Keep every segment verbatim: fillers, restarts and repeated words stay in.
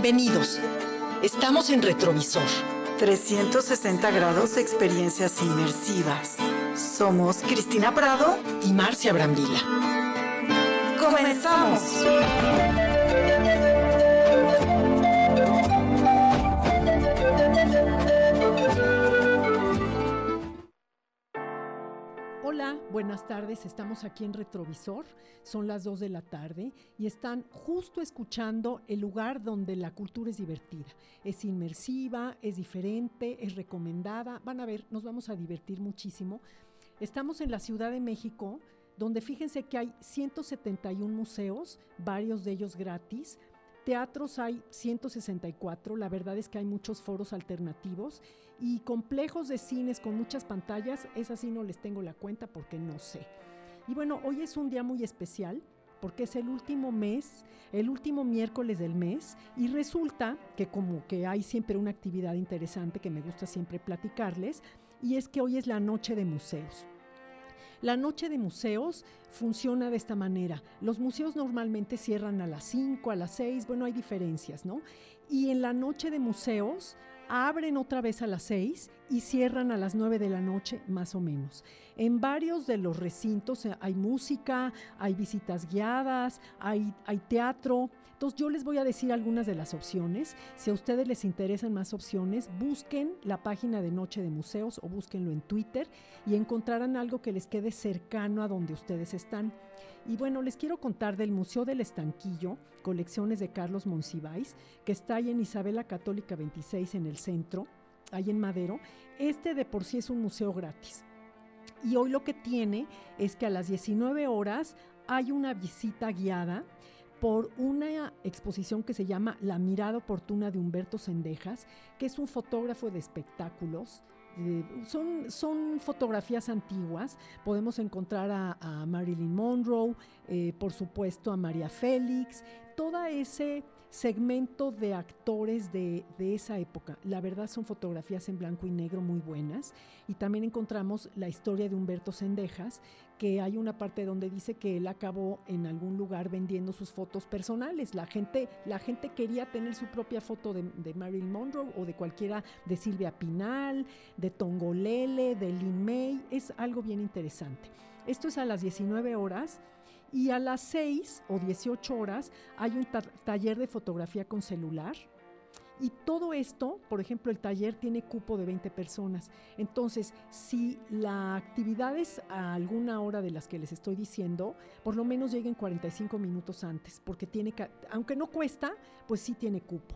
Bienvenidos. Estamos en Retrovisor. trescientos sesenta grados de experiencias inmersivas. Somos Cristina Prado y Marcia Brambila. ¡Comenzamos! Hola, buenas tardes, estamos aquí en Retrovisor, son las dos de la tarde y están justo escuchando el lugar donde la cultura es divertida, es inmersiva, es diferente, es recomendada, van a ver, nos vamos a divertir muchísimo. Estamos en la Ciudad de México, donde fíjense que hay ciento setenta y uno museos, varios de ellos gratis. Teatros hay ciento sesenta y cuatro, la verdad es que hay muchos foros alternativos y complejos de cines con muchas pantallas, esas sí no les tengo la cuenta porque no sé. Y bueno, hoy es un día muy especial porque es el último mes, el último miércoles del mes y resulta que como que hay siempre una actividad interesante que me gusta siempre platicarles y es que hoy es la noche de museos. La noche de museos funciona de esta manera. Los museos normalmente cierran a las cinco, a las seis, bueno, hay diferencias, ¿no? Y en la noche de museos abren otra vez a las seis y cierran a las nueve de la noche, más o menos. En varios de los recintos hay música, hay visitas guiadas, hay, hay teatro. Entonces yo les voy a decir algunas de las opciones. Si a ustedes les interesan más opciones, busquen la página de Noche de Museos o búsquenlo en Twitter y encontrarán algo que les quede cercano a donde ustedes están. Y bueno, les quiero contar del Museo del Estanquillo, colecciones de Carlos Monsiváis, que está ahí en Isabela Católica veintiséis en el centro, ahí en Madero. Este de por sí es un museo gratis. Y hoy lo que tiene es que a las diecinueve horas hay una visita guiada por una exposición que se llama La mirada oportuna de Humberto Zendejas, que es un fotógrafo de espectáculos. Eh, son, son fotografías antiguas, podemos encontrar a, a Marilyn Monroe, eh, por supuesto a María Félix, todo ese segmento de actores de, de esa época. La verdad son fotografías en blanco y negro muy buenas y también encontramos la historia de Humberto Zendejas, que hay una parte donde dice que él acabó en algún lugar vendiendo sus fotos personales. La gente, la gente quería tener su propia foto de, de Marilyn Monroe o de cualquiera, de Silvia Pinal, de Tongolele, de Lin May. Es algo bien interesante. Esto es a las diecinueve horas. Y a las seis o dieciocho horas hay un ta- taller de fotografía con celular. Y todo esto, por ejemplo, el taller tiene cupo de veinte personas. Entonces, si la actividad es a alguna hora de las que les estoy diciendo, por lo menos lleguen cuarenta y cinco minutos antes, porque tiene, aunque no cuesta, pues sí tiene cupo.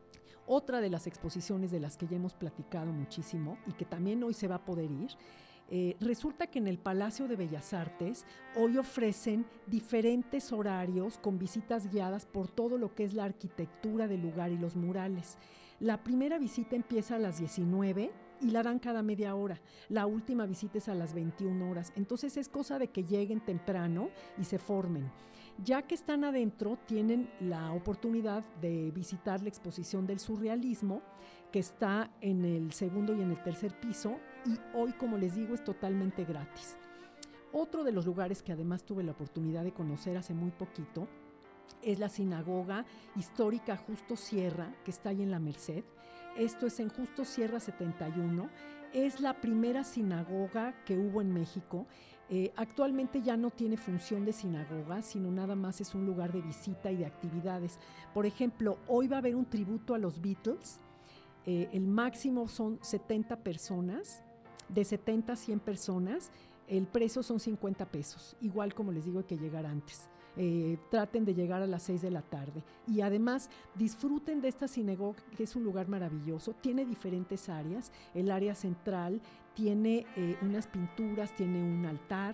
Otra de las exposiciones de las que ya hemos platicado muchísimo y que también hoy se va a poder ir, Eh, resulta que en el Palacio de Bellas Artes hoy ofrecen diferentes horarios con visitas guiadas por todo lo que es la arquitectura del lugar y los murales. La primera visita empieza a las diecinueve y la dan cada media hora. La última visita es a las veintiuna horas. Entonces es cosa de que lleguen temprano y se formen. Ya que están adentro, tienen la oportunidad de visitar la exposición del surrealismo, que está en el segundo y en el tercer piso, y hoy, como les digo, es totalmente gratis. Otro de los lugares que además tuve la oportunidad de conocer hace muy poquito es la sinagoga histórica Justo Sierra, que está ahí en La Merced. Esto es en Justo Sierra setenta y uno. Es la primera sinagoga que hubo en México. Eh, actualmente ya no tiene función de sinagoga, sino nada más es un lugar de visita y de actividades. Por ejemplo, hoy va a haber un tributo a los Beatles. Eh, el máximo son setenta personas, de setenta a cien personas. El precio son cincuenta pesos, igual como les digo hay que llegar antes. Eh, traten de llegar a las seis de la tarde y además disfruten de esta sinagoga, que es un lugar maravilloso. Tiene diferentes áreas. El área central tiene eh, unas pinturas, tiene un altar.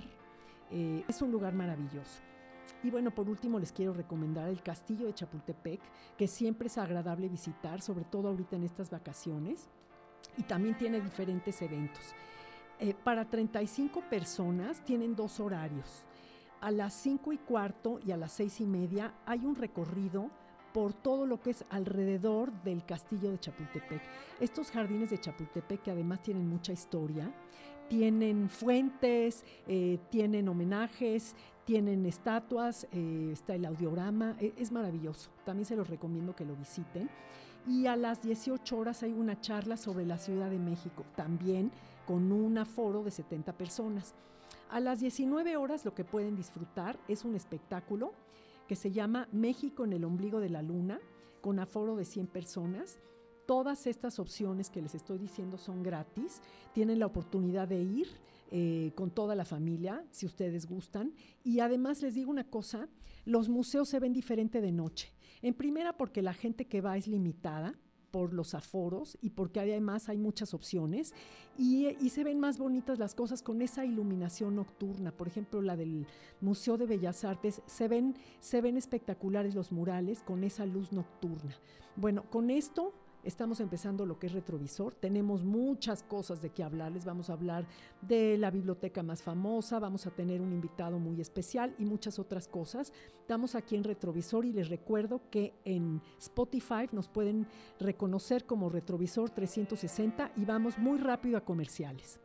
Eh, es un lugar maravilloso. Y bueno, por último les quiero recomendar el Castillo de Chapultepec, que siempre es agradable visitar, sobre todo ahorita en estas vacaciones, y también tiene diferentes eventos. Eh, para treinta y cinco personas tienen dos horarios. A las cinco y cuarto y a las seis y media hay un recorrido por todo lo que es alrededor del Castillo de Chapultepec. Estos jardines de Chapultepec, que además tienen mucha historia, tienen fuentes, eh, tienen homenajes, tienen estatuas, eh, está el audiograma, es, es maravilloso. También se los recomiendo que lo visiten. Y a las dieciocho horas hay una charla sobre la Ciudad de México, también con un aforo de setenta personas. A las diecinueve horas lo que pueden disfrutar es un espectáculo que se llama México en el ombligo de la luna, con aforo de cien personas. Todas estas opciones que les estoy diciendo son gratis. Tienen la oportunidad de ir eh, con toda la familia, si ustedes gustan. Y además les digo una cosa, los museos se ven diferente de noche. En primera, porque la gente que va es limitada por los aforos y porque además hay muchas opciones y, y se ven más bonitas las cosas con esa iluminación nocturna. Por ejemplo, la del Museo de Bellas Artes, se ven, se ven espectaculares los murales con esa luz nocturna. Bueno, con esto estamos empezando lo que es Retrovisor. Tenemos muchas cosas de qué hablar. Les vamos a hablar de la biblioteca más famosa, vamos a tener un invitado muy especial y muchas otras cosas. Estamos aquí en Retrovisor y les recuerdo que en Spotify nos pueden reconocer como Retrovisor trescientos sesenta y vamos muy rápido a comerciales.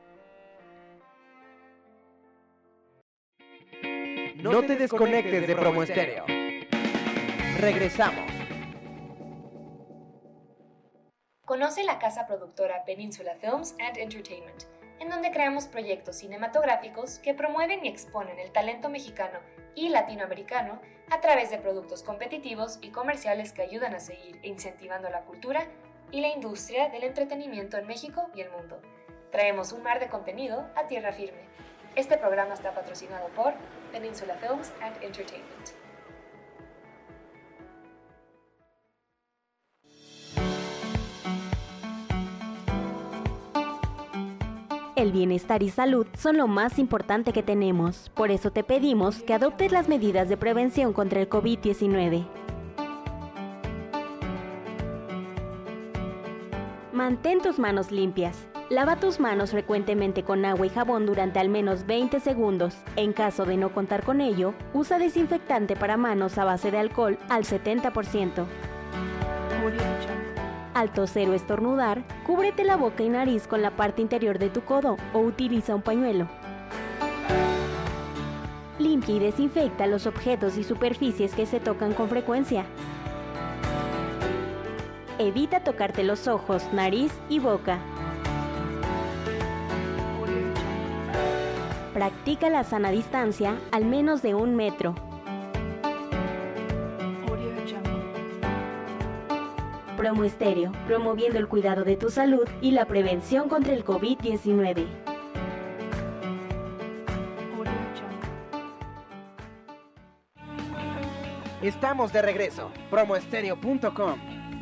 No te desconectes de Promo Estéreo. Regresamos. Conoce la casa productora Península Films and Entertainment, en donde creamos proyectos cinematográficos que promueven y exponen el talento mexicano y latinoamericano a través de productos competitivos y comerciales que ayudan a seguir incentivando la cultura y la industria del entretenimiento en México y el mundo. Traemos un mar de contenido a tierra firme. Este programa está patrocinado por Península Films and Entertainment. El bienestar y salud son lo más importante que tenemos. Por eso te pedimos que adoptes las medidas de prevención contra el COVID diecinueve. Mantén tus manos limpias. Lava tus manos frecuentemente con agua y jabón durante al menos veinte segundos. En caso de no contar con ello, usa desinfectante para manos a base de alcohol al setenta por ciento. Al toser o estornudar, cúbrete la boca y nariz con la parte interior de tu codo o utiliza un pañuelo. Limpia y desinfecta los objetos y superficies que se tocan con frecuencia. Evita tocarte los ojos, nariz y boca. Practica la sana distancia al menos de un metro. Promo Estéreo, promoviendo el cuidado de tu salud y la prevención contra el COVID diecinueve. Estamos de regreso. promo estéreo punto com.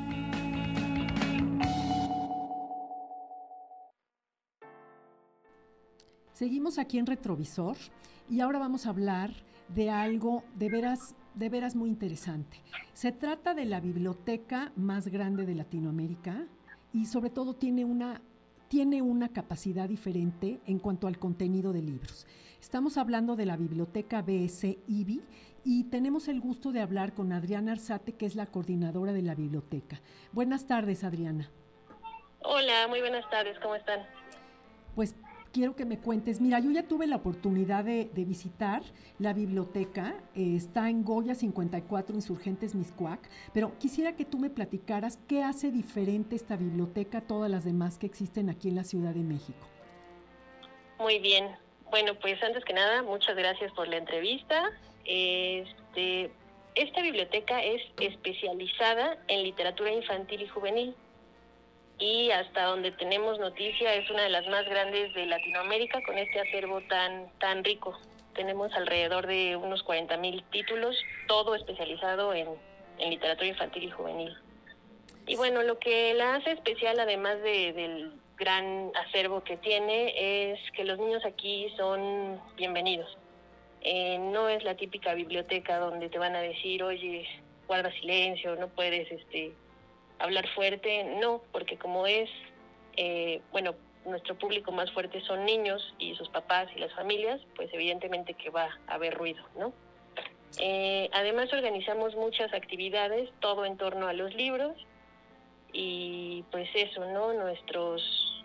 Seguimos aquí en Retrovisor y ahora vamos a hablar de algo de veras, de veras muy interesante. Se trata de la biblioteca más grande de Latinoamérica y sobre todo tiene una, tiene una capacidad diferente en cuanto al contenido de libros. Estamos hablando de la biblioteca B S I B I y tenemos el gusto de hablar con Adriana Arzate, que es la coordinadora de la biblioteca. Buenas tardes, Adriana. Hola, muy buenas tardes, ¿cómo están? Pues quiero que me cuentes, mira, yo ya tuve la oportunidad de, de visitar la biblioteca, eh, está en Goya cincuenta y cuatro, Insurgentes Mixcoac, pero quisiera que tú me platicaras qué hace diferente esta biblioteca a todas las demás que existen aquí en la Ciudad de México. Muy bien, bueno, pues antes que nada, muchas gracias por la entrevista. Este, esta biblioteca es especializada en literatura infantil y juvenil. Y hasta donde tenemos noticia es una de las más grandes de Latinoamérica con este acervo tan tan rico. Tenemos alrededor de unos cuarenta mil títulos, todo especializado en, en literatura infantil y juvenil. Y bueno, lo que la hace especial, además de, del gran acervo que tiene, es que los niños aquí son bienvenidos. Eh, no es la típica biblioteca donde te van a decir, oye, guarda silencio, no puedes este hablar fuerte, no, porque como es, eh, bueno, nuestro público más fuerte son niños y sus papás y las familias, pues evidentemente que va a haber ruido, ¿no? Eh, además organizamos muchas actividades, todo en torno a los libros y pues eso, ¿no? Nuestros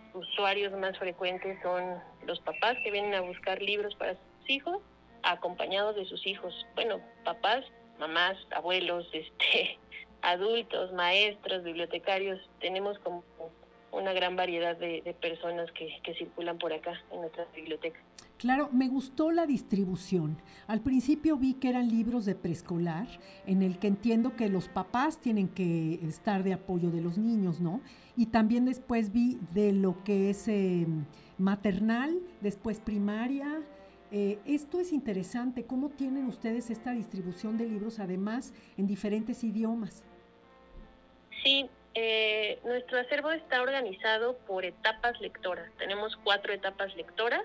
usuarios más frecuentes son los papás que vienen a buscar libros para sus hijos, acompañados de sus hijos. Bueno, papás, mamás, abuelos, este, adultos, maestros, bibliotecarios. Tenemos como una gran variedad de, de personas que, que circulan por acá en nuestra biblioteca. Claro, me gustó la distribución. Al principio vi que eran libros de preescolar, en el que entiendo que los papás tienen que estar de apoyo de los niños, ¿no? Y también después vi de lo que es eh, maternal, después primaria. Eh, esto es interesante. ¿Cómo tienen ustedes esta distribución de libros, además, en diferentes idiomas? Sí, eh, nuestro acervo está organizado por etapas lectoras. Tenemos cuatro etapas lectoras.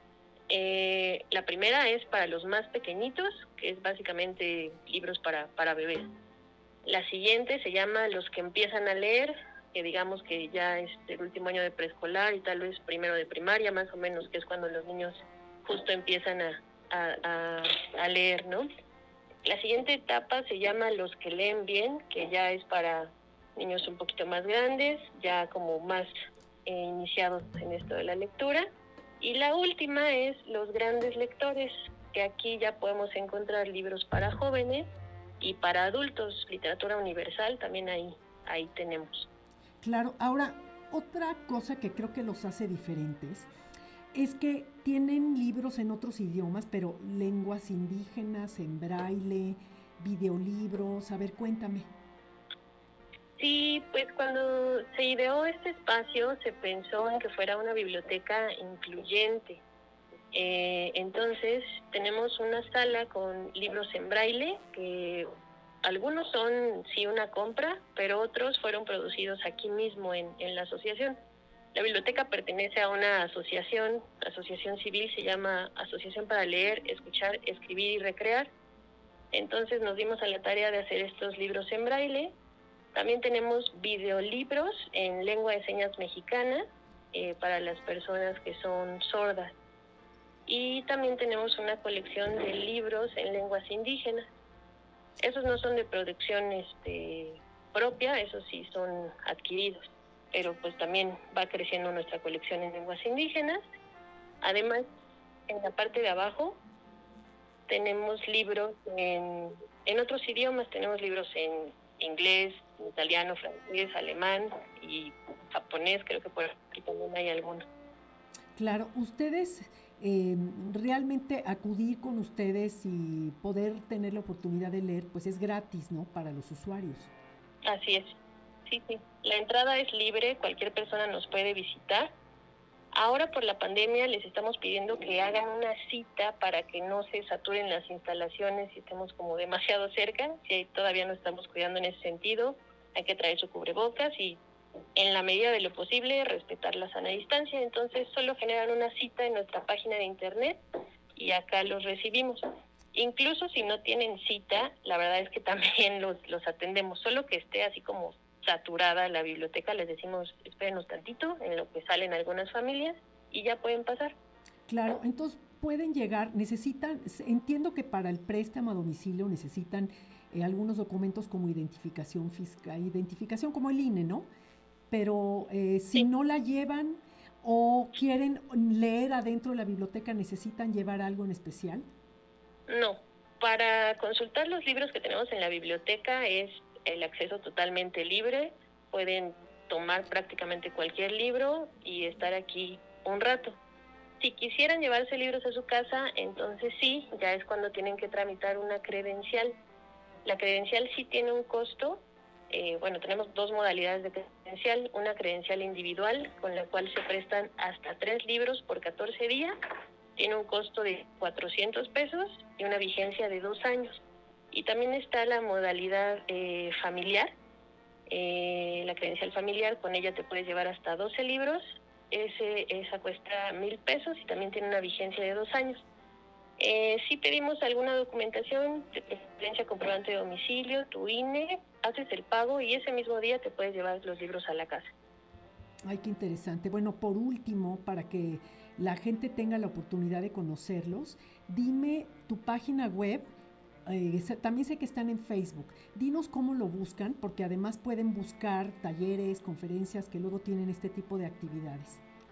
Eh, la primera es para los más pequeñitos, que es básicamente libros para, para bebés. La siguiente se llama los que empiezan a leer, que digamos que ya es el último año de preescolar y tal vez primero de primaria, más o menos, que es cuando los niños justo empiezan a, a, a, a leer, ¿no? La siguiente etapa se llama los que leen bien, que ya es para niños un poquito más grandes, ya como más eh, iniciados en esto de la lectura. Y la última es los grandes lectores, que aquí ya podemos encontrar libros para jóvenes y para adultos, literatura universal, también ahí, ahí tenemos. Claro, ahora, otra cosa que creo que los hace diferentes es que tienen libros en otros idiomas, pero lenguas indígenas, en braille, videolibros. A ver, cuéntame. Sí, pues cuando se ideó este espacio se pensó en que fuera una biblioteca incluyente. Eh, entonces tenemos una sala con libros en braille, que algunos son sí una compra, pero otros fueron producidos aquí mismo en, en la asociación. La biblioteca pertenece a una asociación, asociación civil, se llama Asociación para Leer, Escuchar, Escribir y Recrear. Entonces nos dimos a la tarea de hacer estos libros en braille. También tenemos videolibros en lengua de señas mexicana eh, para las personas que son sordas. Y también tenemos una colección de libros en lenguas indígenas. Esos no son de producción este, propia, esos sí son adquiridos. Pero pues también va creciendo nuestra colección en lenguas indígenas. Además, en la parte de abajo tenemos libros en, en otros idiomas, tenemos libros en inglés, italiano, francés, alemán y japonés, creo que por aquí también hay algunos. Claro, ustedes, eh, realmente acudir con ustedes y poder tener la oportunidad de leer, pues es gratis, ¿no?, para los usuarios. Así es, sí, sí. La entrada es libre, cualquier persona nos puede visitar. Ahora por la pandemia les estamos pidiendo que hagan una cita para que no se saturen las instalaciones y estemos como demasiado cerca. Si todavía no estamos cuidando en ese sentido, hay que traer su cubrebocas y en la medida de lo posible respetar la sana distancia. Entonces solo generan una cita en nuestra página de internet y acá los recibimos. Incluso si no tienen cita, la verdad es que también los, los atendemos, solo que esté así como saturada la biblioteca, les decimos espérenos tantito en lo que salen algunas familias y ya pueden pasar. Claro, entonces pueden llegar, necesitan, entiendo que para el préstamo a domicilio necesitan eh, algunos documentos como identificación fiscal, identificación como el I N E, ¿no? Pero eh, si sí. no la llevan o quieren leer adentro de la biblioteca, ¿necesitan llevar algo en especial? No, para consultar los libros que tenemos en la biblioteca es el acceso totalmente libre, pueden tomar prácticamente cualquier libro y estar aquí un rato. Si quisieran llevarse libros a su casa, entonces sí, ya es cuando tienen que tramitar una credencial. La credencial sí tiene un costo, eh, bueno, tenemos dos modalidades de credencial, una credencial individual con la cual se prestan hasta tres libros por catorce días, tiene un costo de cuatrocientos pesos y una vigencia de dos años. Y también está la modalidad eh, familiar, eh, la credencial familiar, con ella te puedes llevar hasta doce libros, Ese, esa cuesta mil pesos y también tiene una vigencia de dos años. Eh, si pedimos alguna documentación, de preferencia comprobante de domicilio, tu I N E, haces el pago y ese mismo día te puedes llevar los libros a la casa. Ay, qué interesante. Bueno, por último, para que la gente tenga la oportunidad de conocerlos, dime tu página web. Eh, también sé que están en Facebook. Dinos cómo lo buscan, porque además pueden buscar talleres, conferencias que luego tienen este tipo de actividades.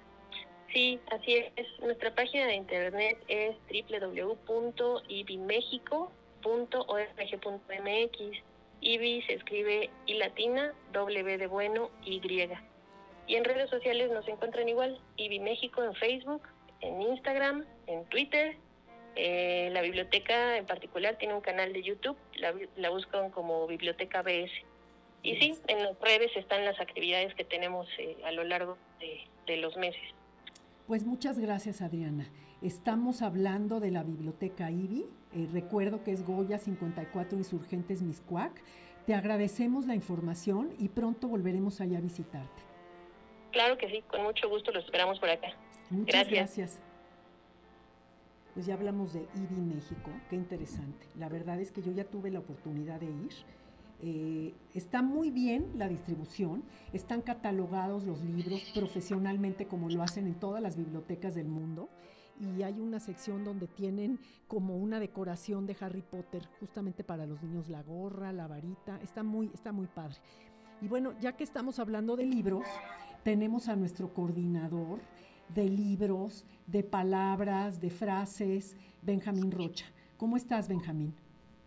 Sí, así es. Nuestra página de internet es doble u doble u doble u punto i b i mexico punto org punto m x. I B I se escribe I latina, W de bueno, Y. Y en redes sociales nos encuentran igual, I B I México en Facebook, en Instagram, en Twitter. Eh, la biblioteca en particular tiene un canal de YouTube, la, la buscan como Biblioteca B S. Y sí, en las redes están las actividades que tenemos eh, a lo largo de, de los meses. Pues muchas gracias, Adriana. Estamos hablando de la Biblioteca I B I. Eh, recuerdo que es Goya cincuenta y cuatro Insurgentes Mixcoac. Te agradecemos la información y pronto volveremos allá a visitarte. Claro que sí, con mucho gusto los esperamos por acá. Muchas Gracias. gracias. Pues ya hablamos de I B I México, qué interesante. La verdad es que yo ya tuve la oportunidad de ir. Eh, está muy bien la distribución, están catalogados los libros profesionalmente como lo hacen en todas las bibliotecas del mundo, y hay una sección donde tienen como una decoración de Harry Potter justamente para los niños, la gorra, la varita, está muy, está muy padre. Y bueno, ya que estamos hablando de libros, tenemos a nuestro coordinador de libros, de palabras, de frases, Benjamín Rocha. ¿Cómo estás, Benjamín?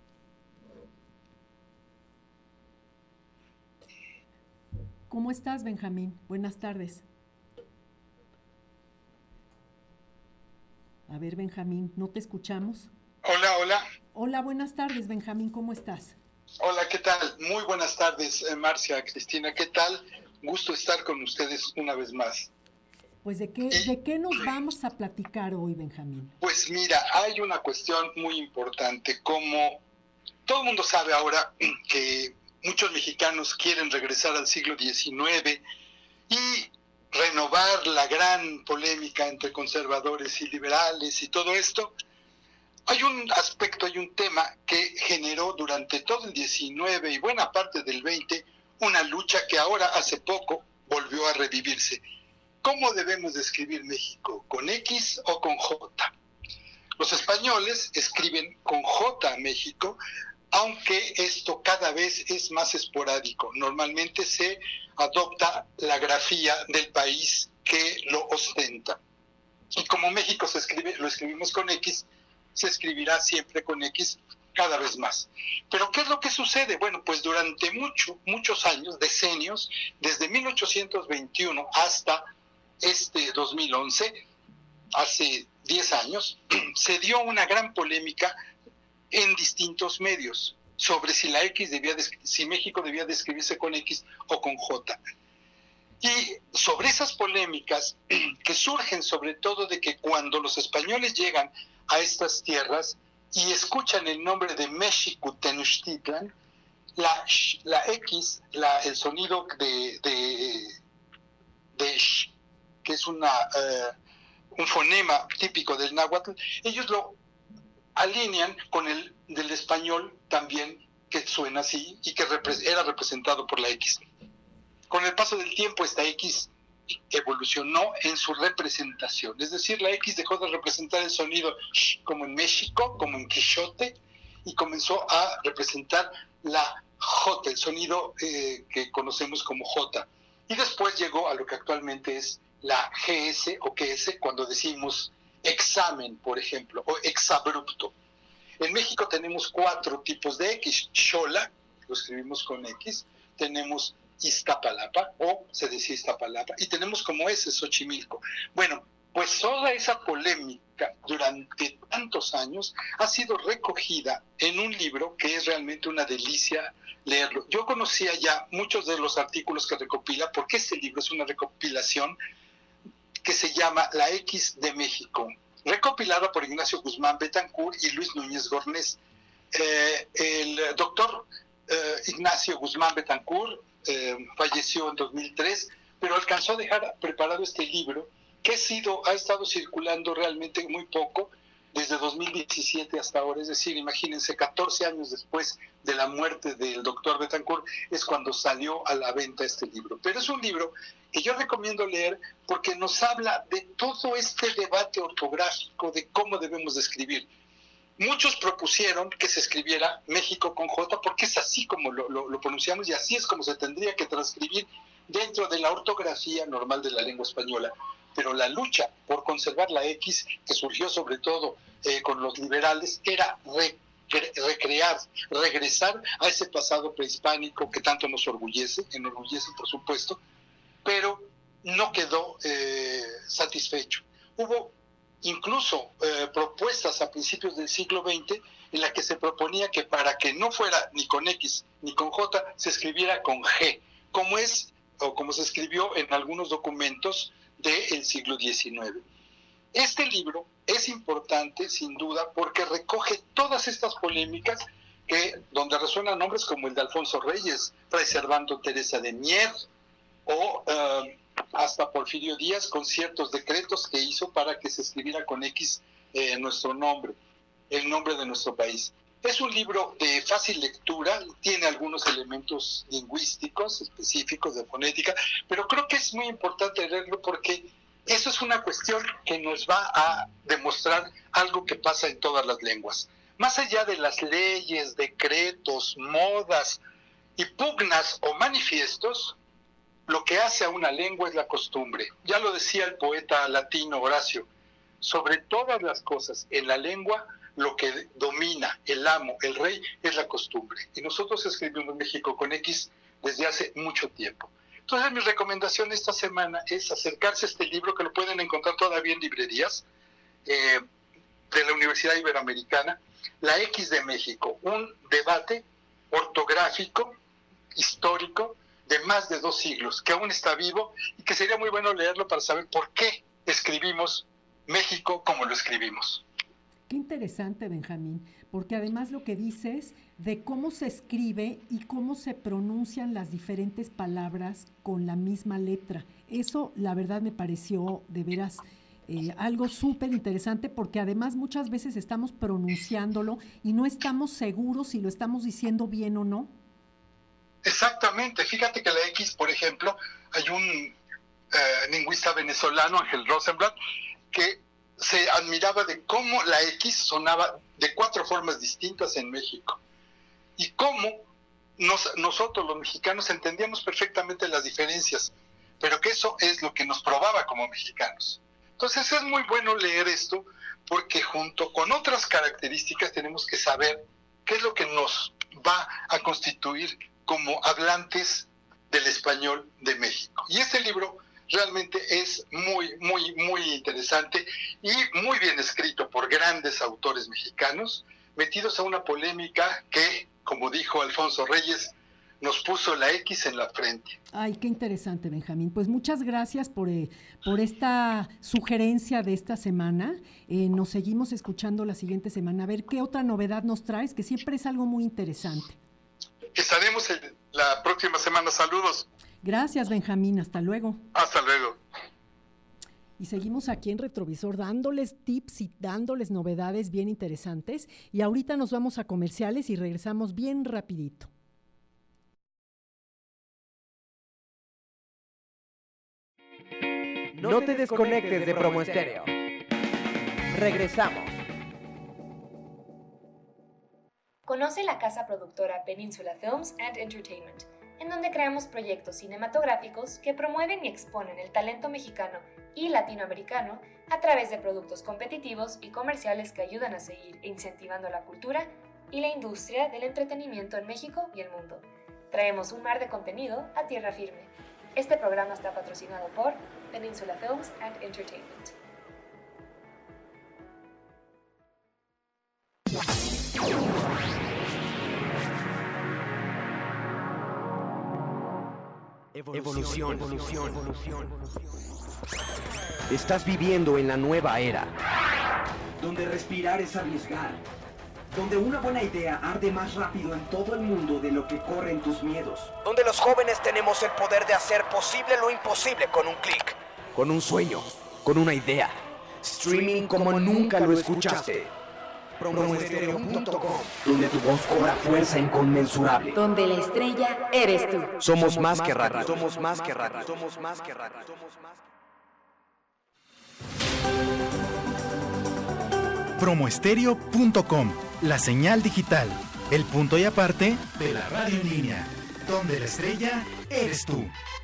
¿Cómo estás, Benjamín? Buenas tardes. A ver, Benjamín, ¿no te escuchamos? Hola, hola. Hola, buenas tardes, Benjamín, ¿cómo estás? Hola, ¿qué tal? Muy buenas tardes, eh, Marcia, Cristina, ¿qué tal? Gusto estar con ustedes una vez más. Pues, ¿de qué, ¿de qué nos vamos a platicar hoy, Benjamín? Pues mira, hay una cuestión muy importante. Como todo el mundo sabe ahora que muchos mexicanos quieren regresar al siglo diecinueve y renovar la gran polémica entre conservadores y liberales y todo esto, hay un aspecto, hay un tema que generó durante todo el diecinueve y buena parte del veinte una lucha que ahora hace poco volvió a revivirse. ¿Cómo debemos de escribir México? ¿Con X o con J? Los españoles escriben con J a México, aunque esto cada vez es más esporádico. Normalmente se adopta la grafía del país que lo ostenta. Y como México se escribe, lo escribimos con X, se escribirá siempre con X cada vez más. Pero ¿qué es lo que sucede? Bueno, pues durante mucho, muchos años, decenios, desde mil ochocientos veintiuno hasta este dos mil once, hace diez años, se dio una gran polémica en distintos medios sobre si la X debía de, si México debía de escribirse con X o con J. Y sobre esas polémicas que surgen sobre todo de que cuando los españoles llegan a estas tierras y escuchan el nombre de México Tenochtitlan, la, la X, la, el sonido de, de, de sh, que es una, uh, un fonema típico del náhuatl, ellos lo alinean con el del español también, que suena así y que repre- era representado por la X. Con el paso del tiempo esta X evolucionó en su representación, es decir, la X dejó de representar el sonido sh, como en México, como en Quijote, y comenzó a representar la J, el sonido eh, que conocemos como J. Y después llegó a lo que actualmente es la G S o Q S, cuando decimos examen, por ejemplo, o exabrupto. En México tenemos cuatro tipos de X. Xola, lo escribimos con X, tenemos Iztapalapa, o se decía Iztapalapa, y tenemos como S, Xochimilco. Bueno, pues toda esa polémica durante tantos años ha sido recogida en un libro que es realmente una delicia leerlo. Yo conocía ya muchos de los artículos que recopila, porque este libro es una recopilación que se llama La X de México, recopilada por Ignacio Guzmán Betancourt y Luis Núñez Gornés. Eh, el doctor eh, Ignacio Guzmán Betancourt eh, falleció en dos mil tres, pero alcanzó a dejar preparado este libro que ha, sido, ha estado circulando realmente muy poco, desde dos mil diecisiete hasta ahora, es decir, imagínense, catorce años después de la muerte del doctor Betancourt es cuando salió a la venta este libro. Pero es un libro que yo recomiendo leer porque nos habla de todo este debate ortográfico de cómo debemos de escribir. Muchos propusieron que se escribiera México con J porque es así como lo, lo, lo pronunciamos y así es como se tendría que transcribir dentro de la ortografía normal de la lengua española, pero la lucha por conservar la X, que surgió sobre todo eh, con los liberales, era re, recrear, regresar a ese pasado prehispánico que tanto nos orgullece, enorgullece por supuesto, pero no quedó eh, satisfecho. Hubo incluso eh, propuestas a principios del siglo veinte en la que se proponía que para que no fuera ni con X ni con J, se escribiera con G, como es o como se escribió en algunos documentos del siglo diecinueve. Este libro es importante, sin duda, porque recoge todas estas polémicas que, donde resuenan nombres como el de Alfonso Reyes, Fray Servando Teresa de Mier, o uh, hasta Porfirio Díaz, con ciertos decretos que hizo para que se escribiera con X eh, nuestro nombre, el nombre de nuestro país. Es un libro de fácil lectura, tiene algunos elementos lingüísticos específicos de fonética, pero creo que es muy importante leerlo porque eso es una cuestión que nos va a demostrar algo que pasa en todas las lenguas. Más allá de las leyes, decretos, modas y pugnas o manifiestos, lo que hace a una lengua es la costumbre. Ya lo decía el poeta latino Horacio, sobre todas las cosas en la lengua, lo que domina, el amo, el rey, es la costumbre. Y nosotros escribimos México con X desde hace mucho tiempo. Entonces mi recomendación esta semana es acercarse a este libro, que lo pueden encontrar todavía en librerías, eh, de la Universidad Iberoamericana, La X de México, un debate ortográfico, histórico, de más de dos siglos, que aún está vivo y que sería muy bueno leerlo para saber por qué escribimos México como lo escribimos. Qué interesante, Benjamín, porque además lo que dices de cómo se escribe y cómo se pronuncian las diferentes palabras con la misma letra. Eso, la verdad, me pareció de veras eh, algo súper interesante, porque además muchas veces estamos pronunciándolo y no estamos seguros si lo estamos diciendo bien o no. Exactamente. Fíjate que la X, por ejemplo, hay un eh, lingüista venezolano, Ángel Rosenblatt, que se admiraba de cómo la X sonaba de cuatro formas distintas en México y cómo nos, nosotros los mexicanos entendíamos perfectamente las diferencias, pero que eso es lo que nos probaba como mexicanos. Entonces es muy bueno leer esto, porque junto con otras características tenemos que saber qué es lo que nos va a constituir como hablantes del español de México. Y este libro realmente es muy, muy, muy interesante y muy bien escrito por grandes autores mexicanos, metidos a una polémica que, como dijo Alfonso Reyes, nos puso la X en la frente. Ay, qué interesante, Benjamín. Pues muchas gracias por, eh, por esta sugerencia de esta semana. Eh, nos seguimos escuchando la siguiente semana. A ver qué otra novedad nos traes, que siempre es algo muy interesante. Estaremos el, la próxima semana. Saludos. Gracias, Benjamín. Hasta luego. Hasta luego. Y seguimos aquí en Retrovisor dándoles tips y dándoles novedades bien interesantes. Y ahorita nos vamos a comerciales y regresamos bien rapidito. No te desconectes de Promo Estéreo. Regresamos. Conoce la casa productora Península Films and Entertainment, en donde creamos proyectos cinematográficos que promueven y exponen el talento mexicano y latinoamericano a través de productos competitivos y comerciales que ayudan a seguir incentivando la cultura y la industria del entretenimiento en México y el mundo. Traemos un mar de contenido a tierra firme. Este programa está patrocinado por Península Films and Entertainment. Evolución, evolución, evolución. Estás viviendo en la nueva era, donde respirar es arriesgar, donde una buena idea arde más rápido en todo el mundo de lo que corren tus miedos, donde los jóvenes tenemos el poder de hacer posible lo imposible con un clic, con un sueño, con una idea. Streaming como nunca lo escuchaste. promo estéreo punto com, donde tu voz cobra fuerza inconmensurable, donde la estrella eres tú. Somos, somos más que radio, somos más que radio, somos más que radio, somos más. promo estéreo punto com, la señal digital, el punto y aparte de la radio en línea. donde la estrella eres tú.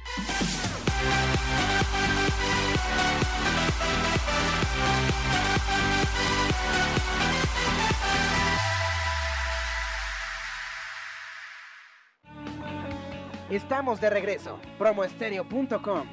Estamos de regreso. promo estéreo punto com.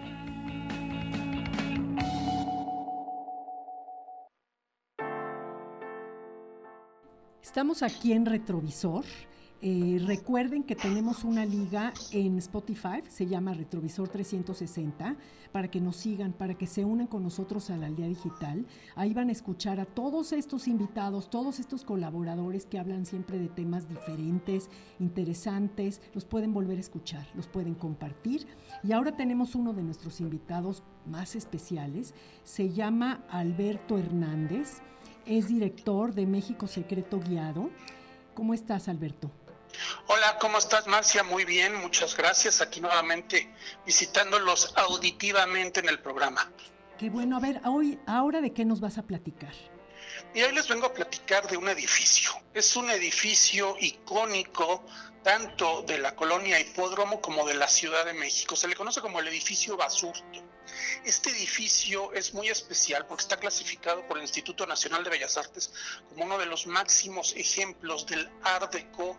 Estamos aquí en Retrovisor. Eh, recuerden que tenemos una liga en Spotify, se llama Retrovisor trescientos sesenta, para que nos sigan, para que se unan con nosotros a la aldea digital. Ahí van a escuchar a todos estos invitados, todos estos colaboradores que hablan siempre de temas diferentes, interesantes. Los pueden volver a escuchar, los pueden compartir. Y ahora tenemos uno de nuestros invitados más especiales, se llama Alberto Hernández, es director de México Secreto Guiado. ¿Cómo estás, Alberto? Hola, ¿cómo estás, Marcia? Muy bien, muchas gracias. Aquí nuevamente visitándolos auditivamente en el programa. Qué bueno. A ver, hoy, ¿ahora de qué nos vas a platicar? Y hoy les vengo a platicar de un edificio. Es un edificio icónico tanto de la colonia Hipódromo como de la Ciudad de México. Se le conoce como el edificio Basurto. Este edificio es muy especial porque está clasificado por el Instituto Nacional de Bellas Artes como uno de los máximos ejemplos del Art Deco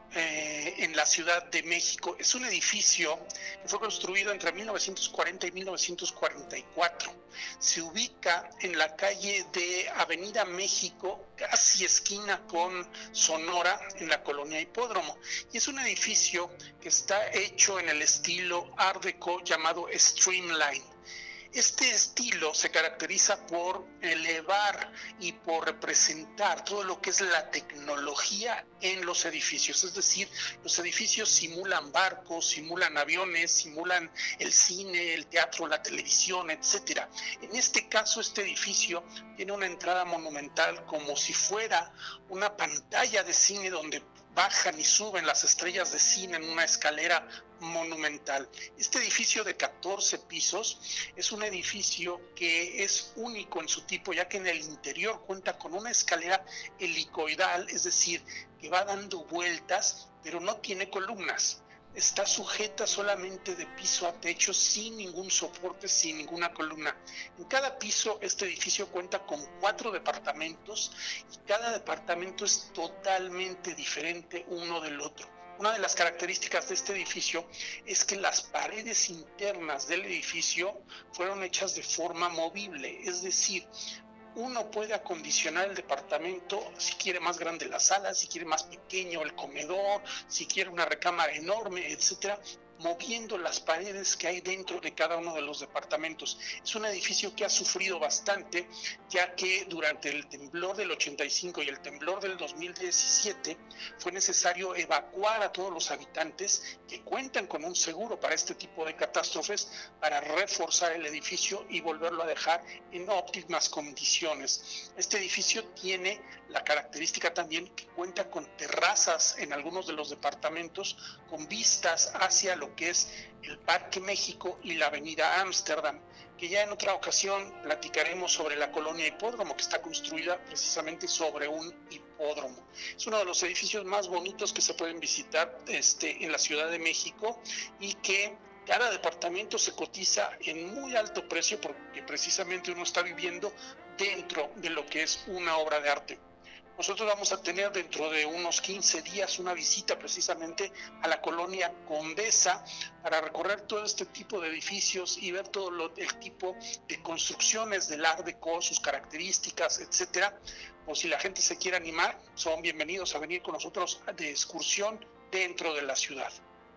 eh, en la Ciudad de México. Es un edificio que fue construido entre mil novecientos cuarenta y mil novecientos cuarenta y cuatro. Se ubica en la calle de Avenida México, casi esquina con Sonora, en la colonia Hipódromo. Y es un edificio que está hecho en el estilo Art Deco llamado Streamline. Este estilo se caracteriza por elevar y por representar todo lo que es la tecnología en los edificios. Es decir, los edificios simulan barcos, simulan aviones, simulan el cine, el teatro, la televisión, etcétera. En este caso, este edificio tiene una entrada monumental como si fuera una pantalla de cine donde bajan y suben las estrellas de cine en una escalera monumental. Este edificio de catorce pisos es un edificio que es único en su tipo, ya que en el interior cuenta con una escalera helicoidal, es decir, que va dando vueltas, pero no tiene columnas. Está sujeta solamente de piso a techo, sin ningún soporte, sin ninguna columna. En cada piso, este edificio cuenta con cuatro departamentos y cada departamento es totalmente diferente uno del otro. Una de las características de este edificio es que las paredes internas del edificio fueron hechas de forma movible, es decir, uno puede acondicionar el departamento si quiere más grande la sala, si quiere más pequeño el comedor, si quiere una recámara enorme, etcétera, moviendo las paredes que hay dentro de cada uno de los departamentos. Es un edificio que ha sufrido bastante, ya que durante el temblor del ochenta y cinco y el temblor del dos mil diecisiete fue necesario evacuar a todos los habitantes que cuentan con un seguro para este tipo de catástrofes, para reforzar el edificio y volverlo a dejar en óptimas condiciones. Este edificio tiene la característica también que cuenta con terrazas en algunos de los departamentos con vistas hacia lo que es el Parque México y la Avenida Ámsterdam, que ya en otra ocasión platicaremos sobre la colonia Hipódromo, que está construida precisamente sobre un hipódromo. Es uno de los edificios más bonitos que se pueden visitar este, en la Ciudad de México, y que cada departamento se cotiza en muy alto precio porque precisamente uno está viviendo dentro de lo que es una obra de arte. Nosotros vamos a tener dentro de unos quince días una visita precisamente a la colonia Condesa para recorrer todo este tipo de edificios y ver todo lo, el tipo de construcciones del Art Deco, sus características, etcétera. O si la gente se quiere animar, son bienvenidos a venir con nosotros de excursión dentro de la ciudad.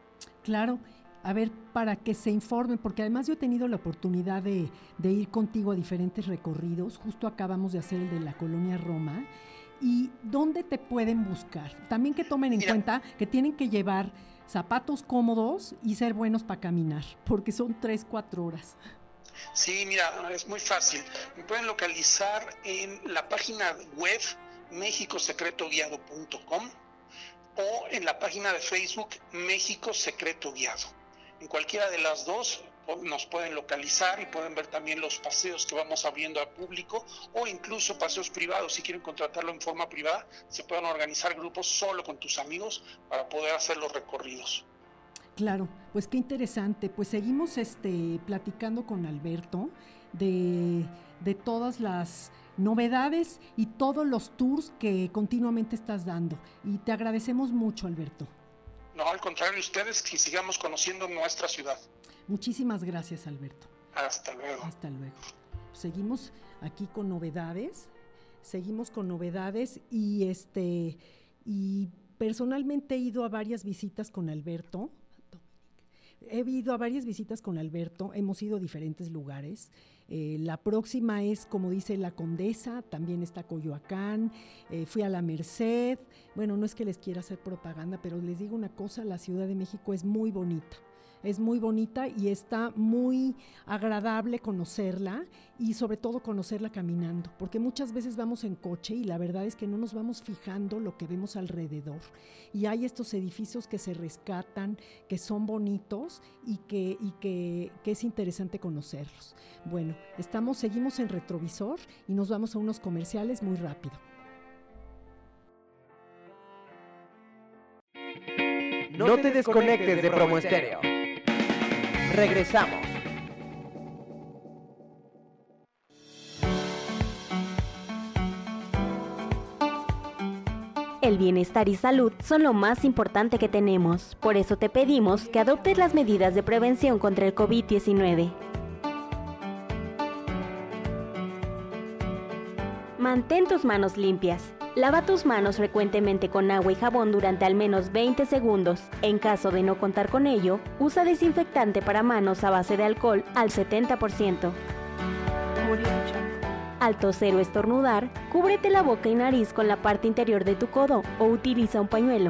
Claro. A ver, para que se informen, porque además yo he tenido la oportunidad de, de ir contigo a diferentes recorridos. Justo acabamos de hacer el de la colonia Roma. ¿Y dónde te pueden buscar? También que tomen en Mira. cuenta que tienen que llevar zapatos cómodos y ser buenos para caminar, porque son tres, cuatro horas. Sí, mira, es muy fácil. Me pueden localizar en la página web méxico secreto guiado punto com o en la página de Facebook México Secreto Guiado. En cualquiera de las dos nos pueden localizar y pueden ver también los paseos que vamos abriendo al público, o incluso paseos privados. Si quieren contratarlo en forma privada, se pueden organizar grupos solo con tus amigos para poder hacer los recorridos. Claro, pues qué interesante. Pues seguimos este, platicando con Alberto de, de todas las novedades y todos los tours que continuamente estás dando. Y te agradecemos mucho, Alberto. No, al contrario, ustedes que sigamos conociendo nuestra ciudad. Muchísimas gracias, Alberto. Hasta luego. Hasta luego. Seguimos aquí con novedades, seguimos con novedades y este y personalmente he ido a varias visitas con Alberto. He ido a varias visitas con Alberto, hemos ido a diferentes lugares. Eh, la próxima es, como dice, La Condesa, también está Coyoacán, eh, fui a La Merced. Bueno, no es que les quiera hacer propaganda, pero les digo una cosa, la Ciudad de México es muy bonita. Es muy bonita y está muy agradable conocerla y sobre todo conocerla caminando, porque muchas veces vamos en coche y la verdad es que no nos vamos fijando lo que vemos alrededor. Y hay estos edificios que se rescatan, que son bonitos y que, y que, que es interesante conocerlos. Bueno, estamos, seguimos en Retrovisor y nos vamos a unos comerciales muy rápido. No te desconectes de Promo Estéreo. Regresamos. El bienestar y salud son lo más importante que tenemos. Por eso te pedimos que adoptes las medidas de prevención contra el COVID diecinueve. Mantén tus manos limpias. Lava tus manos frecuentemente con agua y jabón durante al menos veinte segundos. En caso de no contar con ello, usa desinfectante para manos a base de alcohol al setenta por ciento. Al toser o estornudar, cúbrete la boca y nariz con la parte interior de tu codo o utiliza un pañuelo.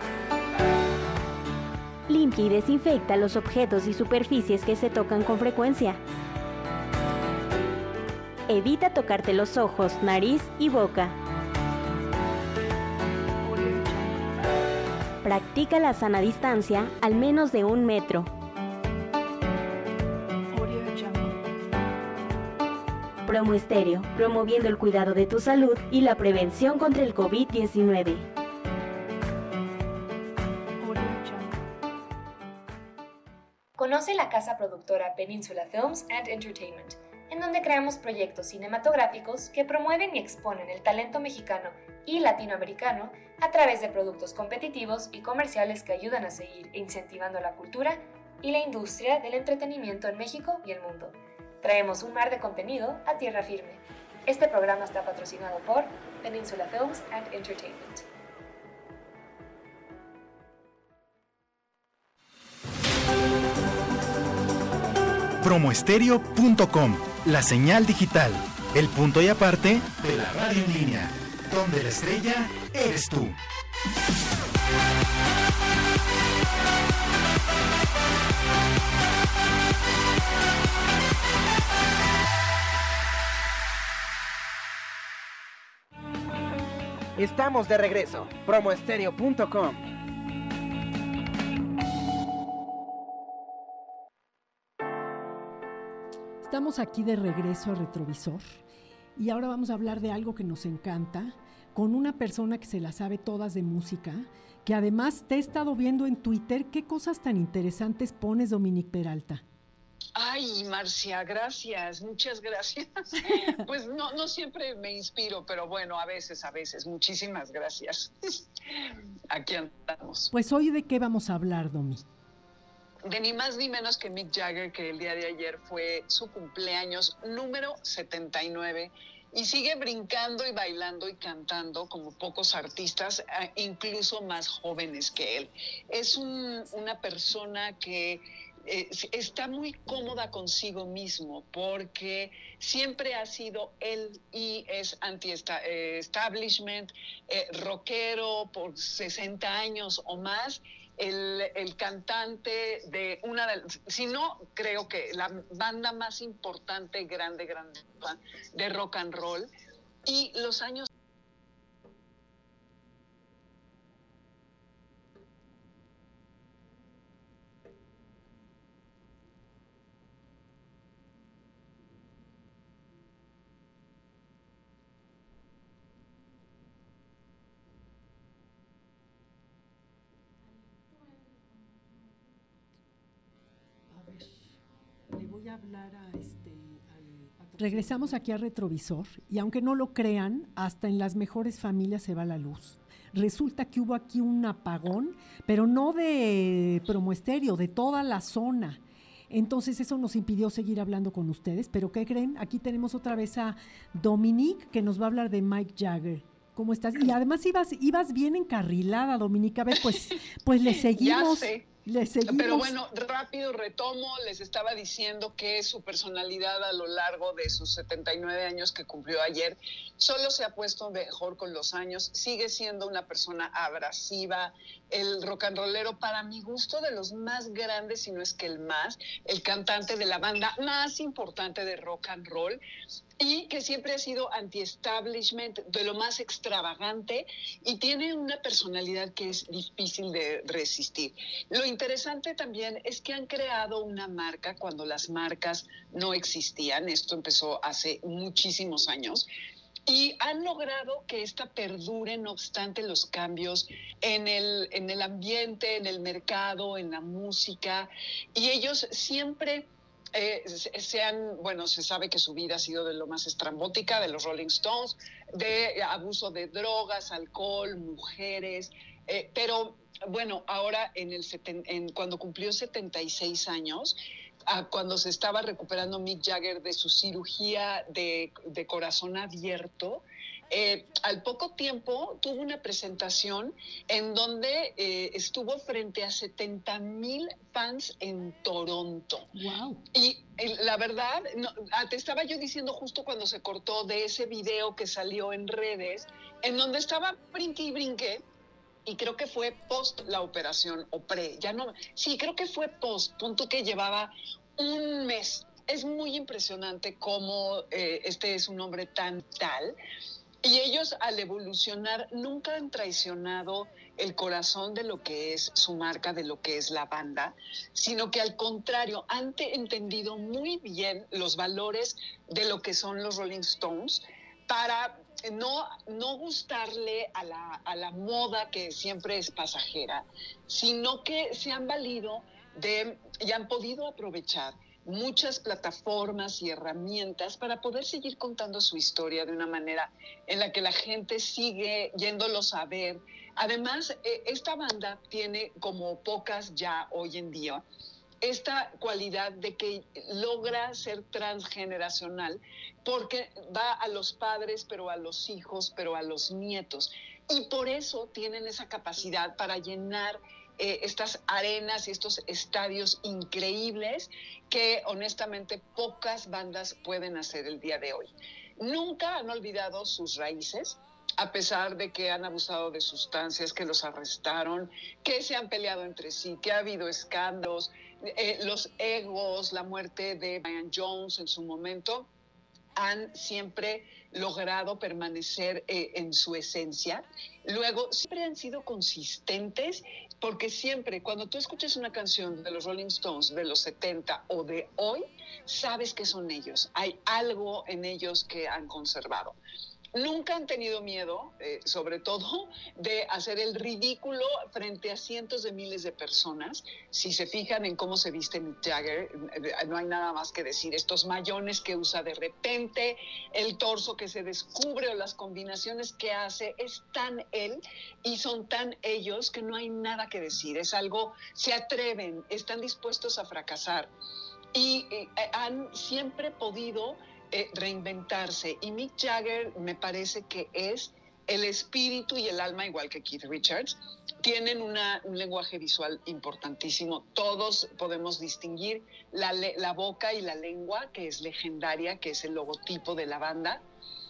Limpia y desinfecta los objetos y superficies que se tocan con frecuencia. Evita tocarte los ojos, nariz y boca. Practica la sana distancia al menos de un metro. Promo Estéreo, promoviendo el cuidado de tu salud y la prevención contra el COVID diecinueve. Conoce la casa productora Península Films and Entertainment, en donde creamos proyectos cinematográficos que promueven y exponen el talento mexicano y latinoamericano a través de productos competitivos y comerciales que ayudan a seguir incentivando la cultura y la industria del entretenimiento en México y el mundo. Traemos un mar de contenido a tierra firme. Este programa está patrocinado por Península Films and Entertainment. promoestereo punto com, la señal digital, el punto y aparte de la radio en línea, donde la estrella eres tú. Estamos de regreso. promoestereo punto com. Estamos aquí de regreso a Retrovisor y ahora vamos a hablar de algo que nos encanta, con una persona que se la sabe todas de música, que además te he estado viendo en Twitter. ¿Qué cosas tan interesantes pones, Dominique Peralta? Ay, Marcia, gracias, muchas gracias. Pues no, no siempre me inspiro, pero bueno, a veces, a veces. Muchísimas gracias. Aquí andamos. Pues hoy, ¿de qué vamos a hablar, Domi? De ni más ni menos que Mick Jagger, que el día de ayer fue su cumpleaños número setenta y nueve, y sigue brincando y bailando y cantando como pocos artistas, incluso más jóvenes que él. Es un, una persona que Eh, está muy cómoda consigo mismo porque siempre ha sido él y es anti-establishment, eh, rockero por sesenta años o más, el, el cantante de una de, si no, creo que la banda más importante, grande, grande de rock and roll, y los años a hablar a este... Regresamos aquí a Retrovisor y aunque no lo crean, hasta en las mejores familias se va la luz. Resulta que hubo aquí un apagón, pero no de Promo Estéreo, de toda la zona. Entonces eso nos impidió seguir hablando con ustedes, pero ¿qué creen? Aquí tenemos otra vez a Dominique, que nos va a hablar de Mick Jagger. ¿Cómo estás? Y además ibas, ibas bien encarrilada, Dominique. A ver, pues, pues le seguimos. Ya sé. Le seguimos. Pero bueno, rápido retomo, les estaba diciendo que su personalidad a lo largo de sus setenta y nueve años que cumplió ayer, solo se ha puesto mejor con los años, sigue siendo una persona abrasiva, el rock and rollero para mi gusto de los más grandes, si no es que el más, el cantante de la banda más importante de rock and roll, y que siempre ha sido anti-establishment, de lo más extravagante, y tiene una personalidad que es difícil de resistir. Lo interesante también es que han creado una marca cuando las marcas no existían, esto empezó hace muchísimos años, y han logrado que esta perdure no obstante los cambios en el, en el ambiente, en el mercado, en la música, y ellos siempre... Eh, sean, bueno, se sabe que su vida ha sido de lo más estrambótica, de los Rolling Stones, de abuso de drogas, alcohol, mujeres, eh, pero bueno, ahora en el seten, en, cuando cumplió setenta y seis años, a cuando se estaba recuperando Mick Jagger de su cirugía de, de corazón abierto, Eh, al poco tiempo tuvo una presentación en donde eh, estuvo frente a setenta mil fans en Toronto. Wow. Y eh, la verdad, no, te estaba yo diciendo justo cuando se cortó de ese video que salió en redes, en donde estaba brinque y brinque, y creo que fue post la operación o pre, ya no, sí, creo que fue post, punto que llevaba un mes. Es muy impresionante cómo eh, este es un hombre tan tal. Y ellos, al evolucionar, nunca han traicionado el corazón de lo que es su marca, de lo que es la banda, sino que al contrario, han entendido muy bien los valores de lo que son los Rolling Stones para no, no gustarle a la, a la moda que siempre es pasajera, sino que se han valido de y han podido aprovechar muchas plataformas y herramientas para poder seguir contando su historia de una manera en la que la gente sigue yéndolos a ver. Además, esta banda tiene, como pocas ya hoy en día, esta cualidad de que logra ser transgeneracional porque va a los padres, pero a los hijos, pero a los nietos. Y por eso tienen esa capacidad para llenar Eh, estas arenas y estos estadios increíbles que honestamente pocas bandas pueden hacer el día de hoy. Nunca han olvidado sus raíces, a pesar de que han abusado de sustancias, que los arrestaron, que se han peleado entre sí, que ha habido escándalos, eh, los egos, la muerte de Brian Jones en su momento, han siempre logrado permanecer eh, en su esencia. Luego, siempre han sido consistentes, porque siempre, cuando tú escuchas una canción de los Rolling Stones de los setenta o de hoy, sabes que son ellos. Hay algo en ellos que han conservado. Nunca han tenido miedo, eh, sobre todo, de hacer el ridículo frente a cientos de miles de personas. Si se fijan en cómo se viste Mick Jagger, no hay nada más que decir. Estos mayones que usa de repente, el torso que se descubre o las combinaciones que hace, es tan él y son tan ellos que no hay nada que decir. Es algo, se atreven, están dispuestos a fracasar y eh, han siempre podido Eh, reinventarse. Y Mick Jagger me parece que es el espíritu y el alma, igual que Keith Richards. Tienen una, un lenguaje visual importantísimo. Todos podemos distinguir la, la boca y la lengua, que es legendaria, que es el logotipo de la banda.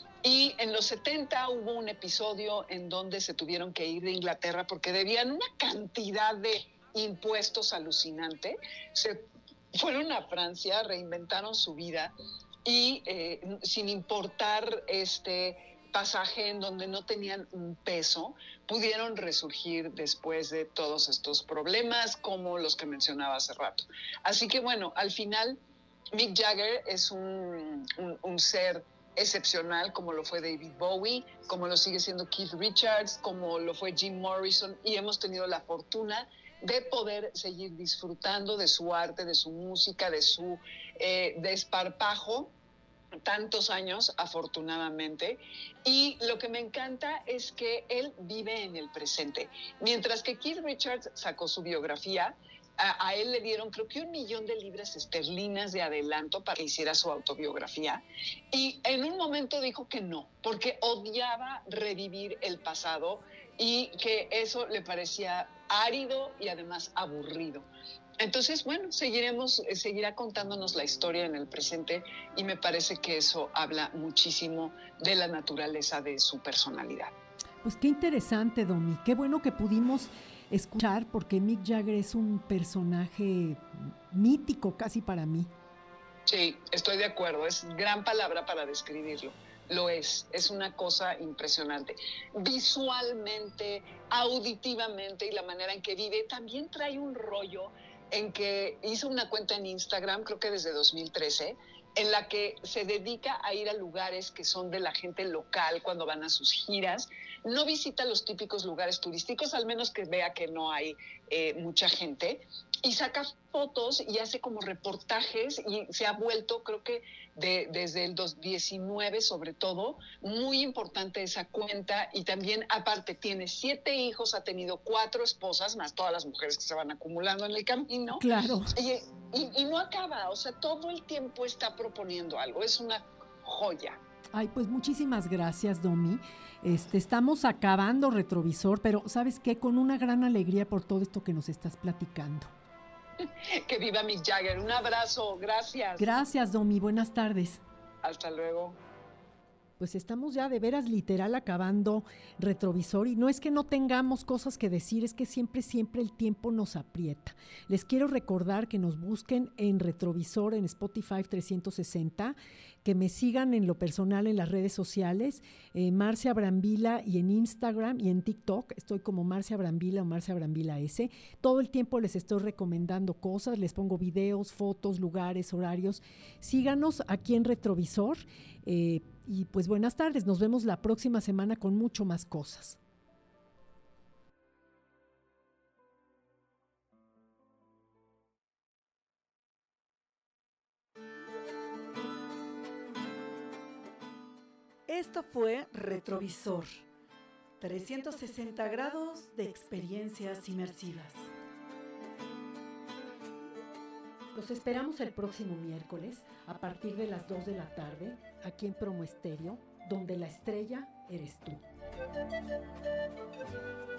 Y en los setenta hubo un episodio en donde se tuvieron que ir de Inglaterra porque debían una cantidad de impuestos alucinante. Se fueron a Francia, reinventaron su vida y eh, sin importar este pasaje en donde no tenían un peso, pudieron resurgir después de todos estos problemas como los que mencionaba hace rato. Así que bueno, al final Mick Jagger es un, un, un ser excepcional, como lo fue David Bowie, como lo sigue siendo Keith Richards, como lo fue Jim Morrison, y hemos tenido la fortuna de poder seguir disfrutando de su arte, de su música, de su eh, desparpajo, tantos años, afortunadamente. Y lo que me encanta es que él vive en el presente. Mientras que Keith Richards sacó su biografía, a, a él le dieron creo que un millón de libras esterlinas de adelanto para que hiciera su autobiografía. Y en un momento dijo que no, porque odiaba revivir el pasado y que eso le parecía árido y además aburrido. Entonces, bueno, seguiremos, seguirá contándonos la historia en el presente y me parece que eso habla muchísimo de la naturaleza de su personalidad. Pues qué interesante, Domi, qué bueno que pudimos escuchar porque Mick Jagger es un personaje mítico casi para mí. Sí, estoy de acuerdo, es gran palabra para describirlo. Lo es, es una cosa impresionante. Visualmente, auditivamente y la manera en que vive, también trae un rollo en que hizo una cuenta en Instagram, creo que desde dos mil trece, en la que se dedica a ir a lugares que son de la gente local cuando van a sus giras. No visita los típicos lugares turísticos, al menos que vea que no hay eh, mucha gente, y saca fotos y hace como reportajes y se ha vuelto, creo que de, desde el dos mil diecinueve sobre todo, muy importante esa cuenta. Y también, aparte, tiene siete hijos, ha tenido cuatro esposas, más todas las mujeres que se van acumulando en el camino. Claro. Y, y, y no acaba, o sea, todo el tiempo está proponiendo algo, es una joya. Ay, pues muchísimas gracias, Domi. Este, estamos acabando Retrovisor, pero ¿sabes qué? Con una gran alegría por todo esto que nos estás platicando. Que viva Mick Jagger. Un abrazo, gracias. Gracias, Domi. Buenas tardes. Hasta luego. Pues estamos ya de veras literal acabando Retrovisor y no es que no tengamos cosas que decir, es que siempre, siempre el tiempo nos aprieta. Les quiero recordar que nos busquen en Retrovisor, en Spotify trescientos sesenta, que me sigan en lo personal en las redes sociales, eh, Marcia Brambila, y en Instagram y en TikTok, estoy como Marcia Brambila o Marcia Brambila S. Todo el tiempo les estoy recomendando cosas, les pongo videos, fotos, lugares, horarios. Síganos aquí en Retrovisor. Eh, y pues buenas tardes, nos vemos la próxima semana con mucho más cosas. Esto fue Retrovisor, trescientos sesenta grados de experiencias inmersivas. Los esperamos el próximo miércoles a partir de las dos de la tarde, aquí en Promo Estéreo, donde la estrella eres tú.